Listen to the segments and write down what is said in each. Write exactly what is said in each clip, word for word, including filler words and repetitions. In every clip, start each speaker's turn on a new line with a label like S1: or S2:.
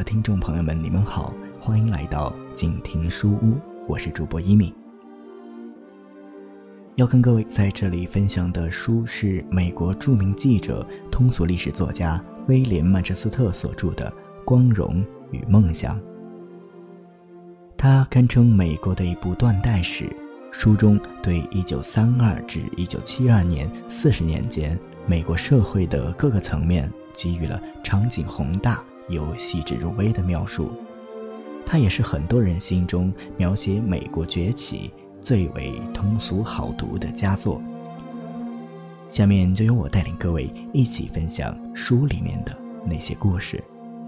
S1: 听众朋友们，你们好，欢迎来到静听书屋，我是主播一鸣。要跟各位在这里分享的书是美国著名记者、通俗历史作家威廉·曼彻斯特所著的《光荣与梦想》。它堪称美国的一部断代史，书中对一九三二至一九七二年四十年间美国社会的各个层面给予了场景宏大又细致入微的描述。它也是很多人心中描写美国崛起最为通俗好读的佳作。下面就由我带领各位一起分享书里面的那些故事。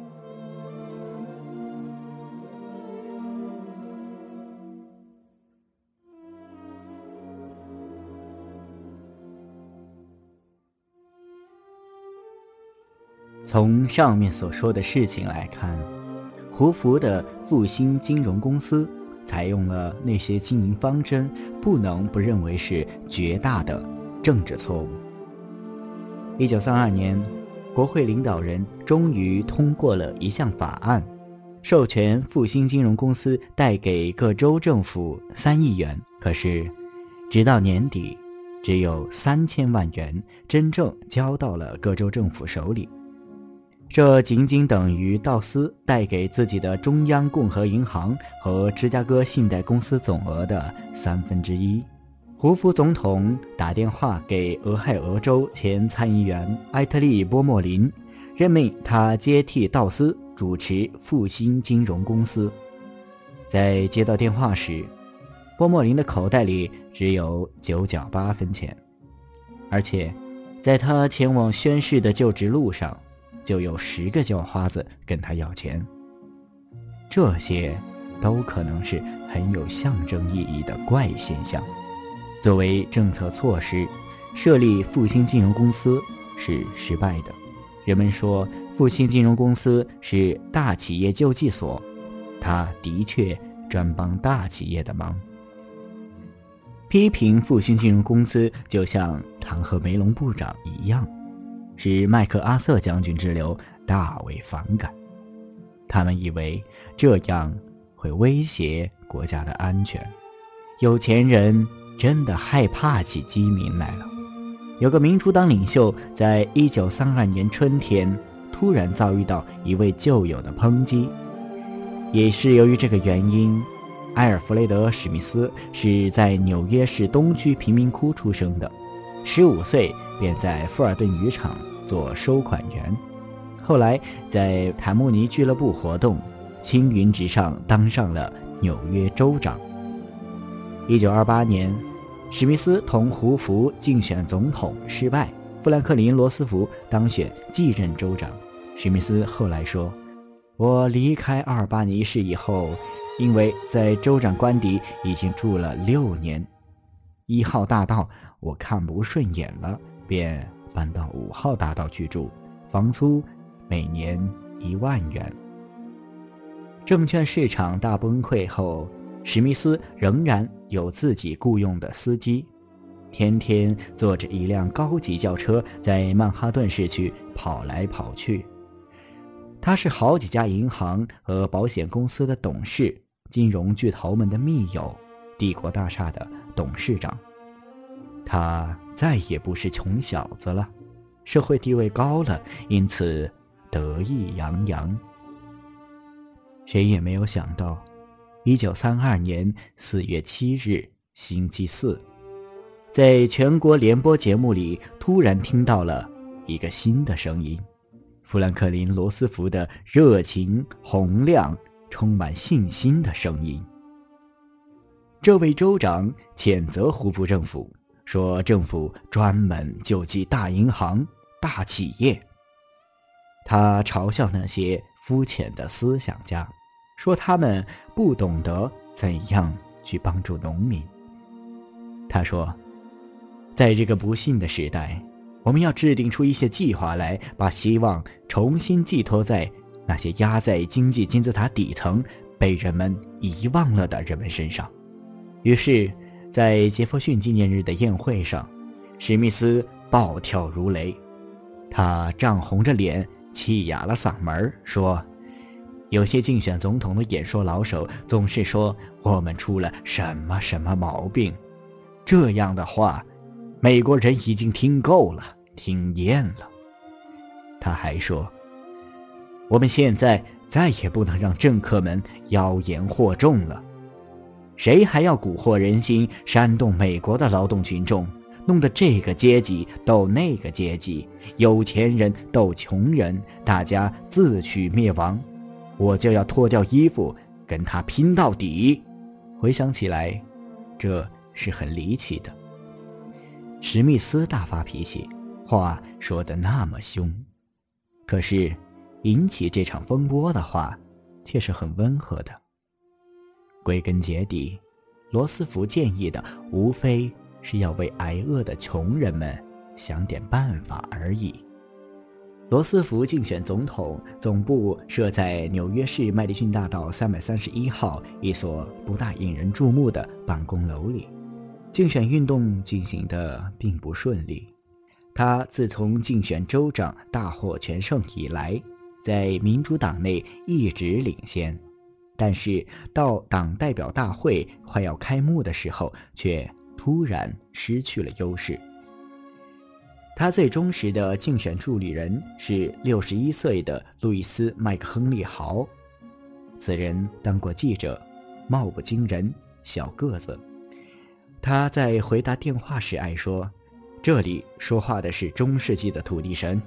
S1: 从上面所说的事情来看，胡佛的复兴金融公司采用了那些经营方针，不能不认为是绝大的政治错误。一九三二年，国会领导人终于通过了一项法案，授权复兴金融公司贷给各州政府三亿元。可是，直到年底，只有三千万元真正交到了各州政府手里。这仅仅等于道斯贷给自己的中央共和银行和芝加哥信贷公司总额的三分之一。胡佛总统打电话给俄亥俄州前参议员埃特利·波莫林，任命他接替道斯主持复兴金融公司。在接到电话时，波莫林的口袋里只有九角八分钱，而且在他前往宣誓的就职路上就有十个叫花子跟他要钱。这些都可能是很有象征意义的怪现象。作为政策措施，设立复兴金融公司是失败的。人们说复兴金融公司是大企业救济所，它的确专帮大企业的忙。批评复兴金融公司就像弹劾梅隆部长一样，使麦克阿瑟将军之流大为反感。他们以为这样会威胁国家的安全。有钱人真的害怕起饥民来了。有个民主党领袖在一九三二年春天突然遭遇到一位旧友的抨击，也是由于这个原因，埃尔弗雷德·史密斯是在纽约市东区贫民窟出生的，十五岁便在富尔顿渔场做收款员，后来在坦慕尼俱乐部活动，青云直上当上了纽约州长。一九二八年，史密斯同胡佛竞选总统失败，富兰克林·罗斯福当选继任州长。史密斯后来说，我离开阿尔巴尼市以后，因为在州长官邸已经住了六年，一号大道我看不顺眼了，便搬到五号大道去住，房租每年一万元。证券市场大崩溃后，史密斯仍然有自己雇用的司机，天天坐着一辆高级轿车在曼哈顿市区跑来跑去。他是好几家银行和保险公司的董事，金融巨头们的密友，帝国大厦的董事长。他再也不是穷小子了，社会地位高了，因此得意洋洋。谁也没有想到，一九三二年四月七日星期四，在全国联播节目里突然听到了一个新的声音，富兰克林·罗斯福的热情、洪亮、充满信心的声音。这位州长谴责胡佛政府，说政府专门救济大银行、大企业。他嘲笑那些肤浅的思想家，说他们不懂得怎样去帮助农民。他说，在这个不幸的时代，我们要制定出一些计划来，把希望重新寄托在那些压在经济金字塔底层、被人们遗忘了的人们身上。于是在杰弗逊纪念日的宴会上，史密斯暴跳如雷，他涨红着脸，气哑了嗓门说， 有些竞选总统的演说老手总是说我们出了什么什么毛病，这样的话，美国人已经听够了，听厌了。他还说，我们现在再也不能让政客们妖言惑众了，谁还要蛊惑人心，煽动美国的劳动群众，弄得这个阶级斗那个阶级，有钱人斗穷人，大家自取灭亡，我就要脱掉衣服跟他拼到底。回想起来，这是很离奇的。史密斯大发脾气，话说得那么凶，可是引起这场风波的话却是很温和的。归根结底，罗斯福建议的无非是要为挨饿的穷人们想点办法而已。罗斯福竞选总统总部设在纽约市麦迪逊大道三百三十一号一所不大引人注目的办公楼里。竞选运动进行得并不顺利，他自从竞选州长大获全胜以来，在民主党内一直领先，但是到党代表大会快要开幕的时候，却突然失去了优势。他最忠实的竞选助理人是六十一岁的路易斯·麦克亨利·豪，此人当过记者，貌不惊人，小个子。他在回答电话时爱说，这里说话的是中世纪的土地神。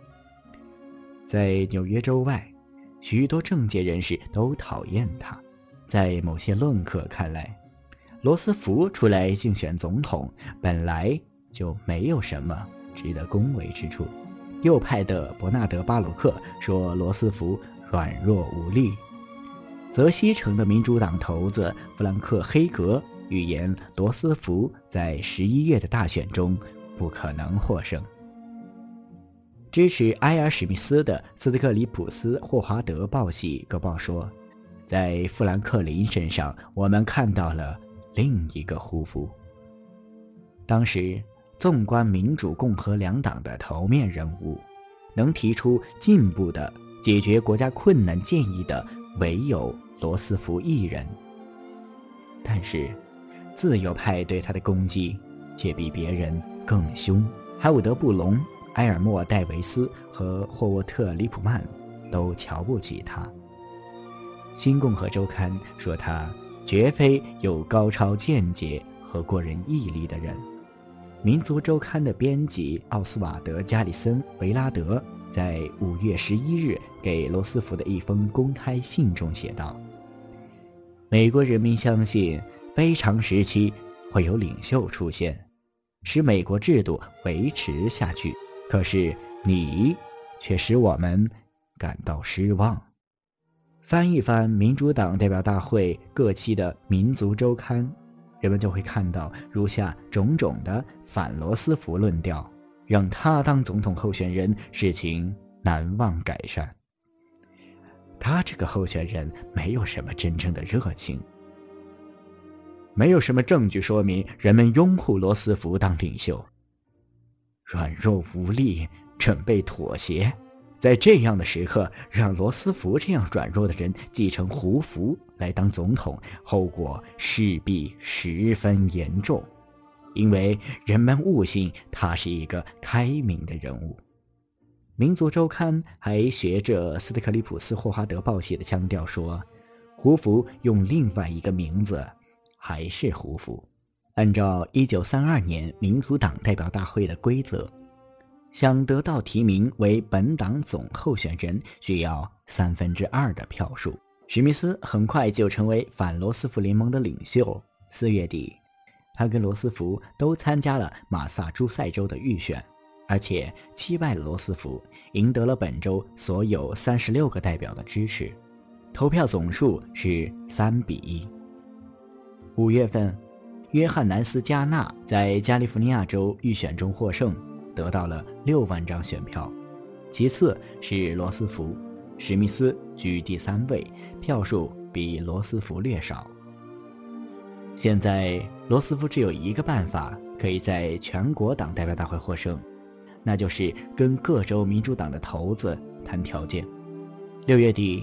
S1: 在纽约州外，许多政界人士都讨厌他。在某些论客看来，罗斯福出来竞选总统本来就没有什么值得恭维之处。右派的伯纳德·巴鲁克说罗斯福软弱无力，泽西城的民主党头子弗兰克·黑格预言罗斯福在十一月的大选中不可能获胜。支持埃尔·史密斯的斯特克里普斯霍华德报喜各报说，在富兰克林身上我们看到了另一个胡佛。当时纵观民主共和两党的头面人物，能提出进步的解决国家困难建议的唯有罗斯福一人，但是自由派对他的攻击却比别人更凶。海伍德·布隆、埃尔默·戴维斯和霍沃特·里普曼都瞧不起他。新共和周刊说他绝非有高超见解和过人毅力的人。民族周刊的编辑奥斯瓦德·加里森·维拉德在五月十一日给罗斯福的一封公开信中写道，美国人民相信非常时期会有领袖出现，使美国制度维持下去，可是你却使我们感到失望。翻一翻民主党代表大会各期的民族周刊，人们就会看到如下种种的反罗斯福论调，让他当总统候选人，事情难望改善。他这个候选人没有什么真正的热情，没有什么证据说明人们拥护罗斯福当领袖，软弱无力，准备妥协。在这样的时刻，让罗斯福这样软弱的人继承胡佛来当总统，后果势必十分严重，因为人们误信他是一个开明的人物。民族周刊还学着斯特克里普斯霍华德报喜的腔调说，胡佛用另外一个名字还是胡佛。按照一九三二年民主党代表大会的规则，想得到提名为本党总候选人需要三分之二的票数。史密斯很快就成为反罗斯福联盟的领袖。四月底，他跟罗斯福都参加了马萨诸塞州的预选，而且击败了罗斯福，赢得了本州所有三十六个代表的支持，投票总数是三比一。五月份，约翰南斯加纳在加利福尼亚州预选中获胜，得到了六万张选票，其次是罗斯福，史密斯居第三位，票数比罗斯福略少。现在罗斯福只有一个办法可以在全国党代表大会获胜，那就是跟各州民主党的头子谈条件。六月底，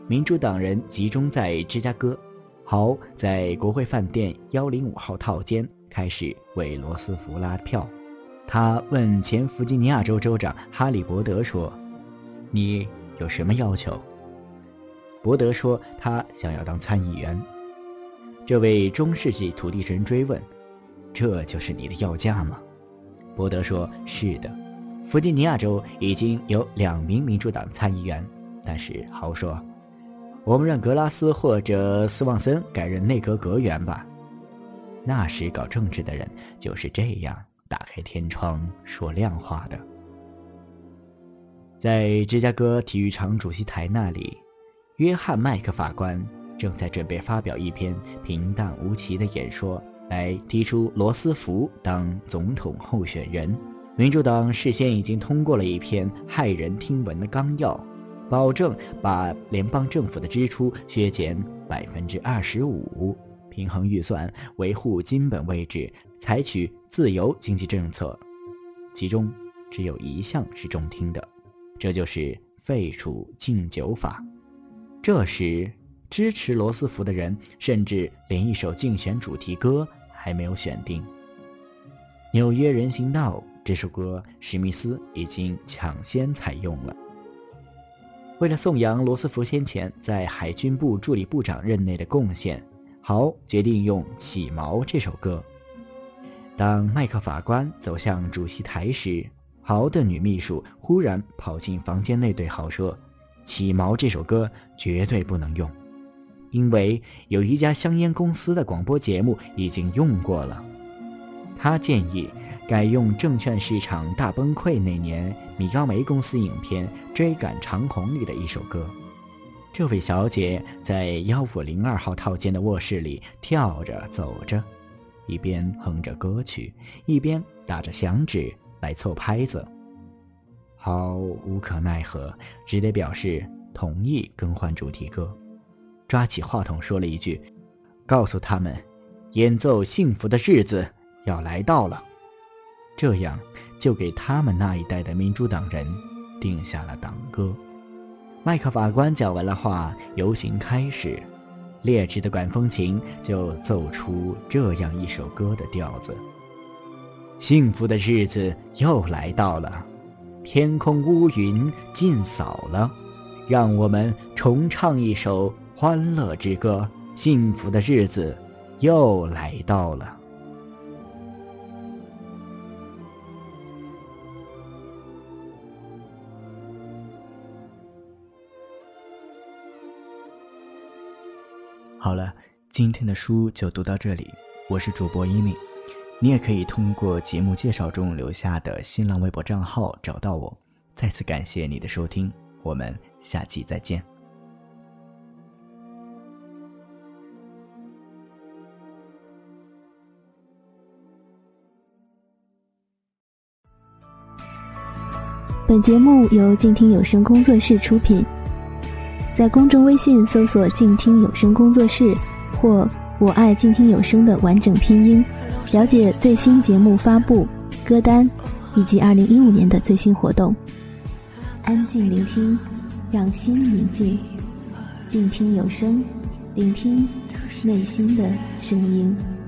S1: 民主党人集中在芝加哥。豪在国会饭店一零五号套间开始为罗斯福拉票。他问前弗吉尼亚州州长哈里伯德说：“你有什么要求？”伯德说他想要当参议员。这位中世纪土地神追问：“这就是你的要价吗？”伯德说：“是的。”弗吉尼亚州已经有两名民主党参议员，但是豪说：“我们让格拉斯或者斯旺森改任内阁阁员吧。”那时搞政治的人就是这样打开天窗说亮话的。在芝加哥体育场主席台那里，约翰麦克法官正在准备发表一篇平淡无奇的演说，来提出罗斯福当总统候选人。民主党事先已经通过了一篇骇人听闻的纲要，保证把联邦政府的支出削减百分之二十五，平衡预算，维护金本位制，采取自由经济政策。其中只有一项是中听的，这就是废除禁酒法。这时支持罗斯福的人甚至连一首竞选主题歌还没有选定。纽约人行道这首歌史密斯已经抢先采用了。为了颂扬罗斯福先前在海军部助理部长任内的贡献，豪决定用起锚这首歌。当麦克法官走向主席台时，豪的女秘书忽然跑进房间内对豪说：“起锚这首歌绝对不能用，因为有一家香烟公司的广播节目已经用过了。”他建议改用证券市场大崩溃那年米高梅公司影片《追赶长虹》里的一首歌。这位小姐在一五零二号套间的卧室里跳着走着，一边哼着歌曲，一边打着响指来凑拍子。豪无可奈何，只得表示同意更换主题歌，抓起话筒说了一句：“告诉他们，演奏幸福的日子要来到了。”这样就给他们那一代的民主党人定下了党歌。麦克法官讲完了话，游行开始，劣质的管风琴就奏出这样一首歌的调子：幸福的日子又来到了，天空乌云尽扫了，让我们重唱一首欢乐之歌，幸福的日子又来到了。好了，今天的书就读到这里，我是主播一鸣。你也可以通过节目介绍中留下的新浪微博账号找到我。再次感谢你的收听，我们下期再见。
S2: 本节目由静听有声工作室出品，在公众微信搜索静听有声工作室或我爱静听有声的完整拼音，了解最新节目发布、歌单以及二零一五年的最新活动。安静聆听，让心宁静，静听有声，聆听内心的声音。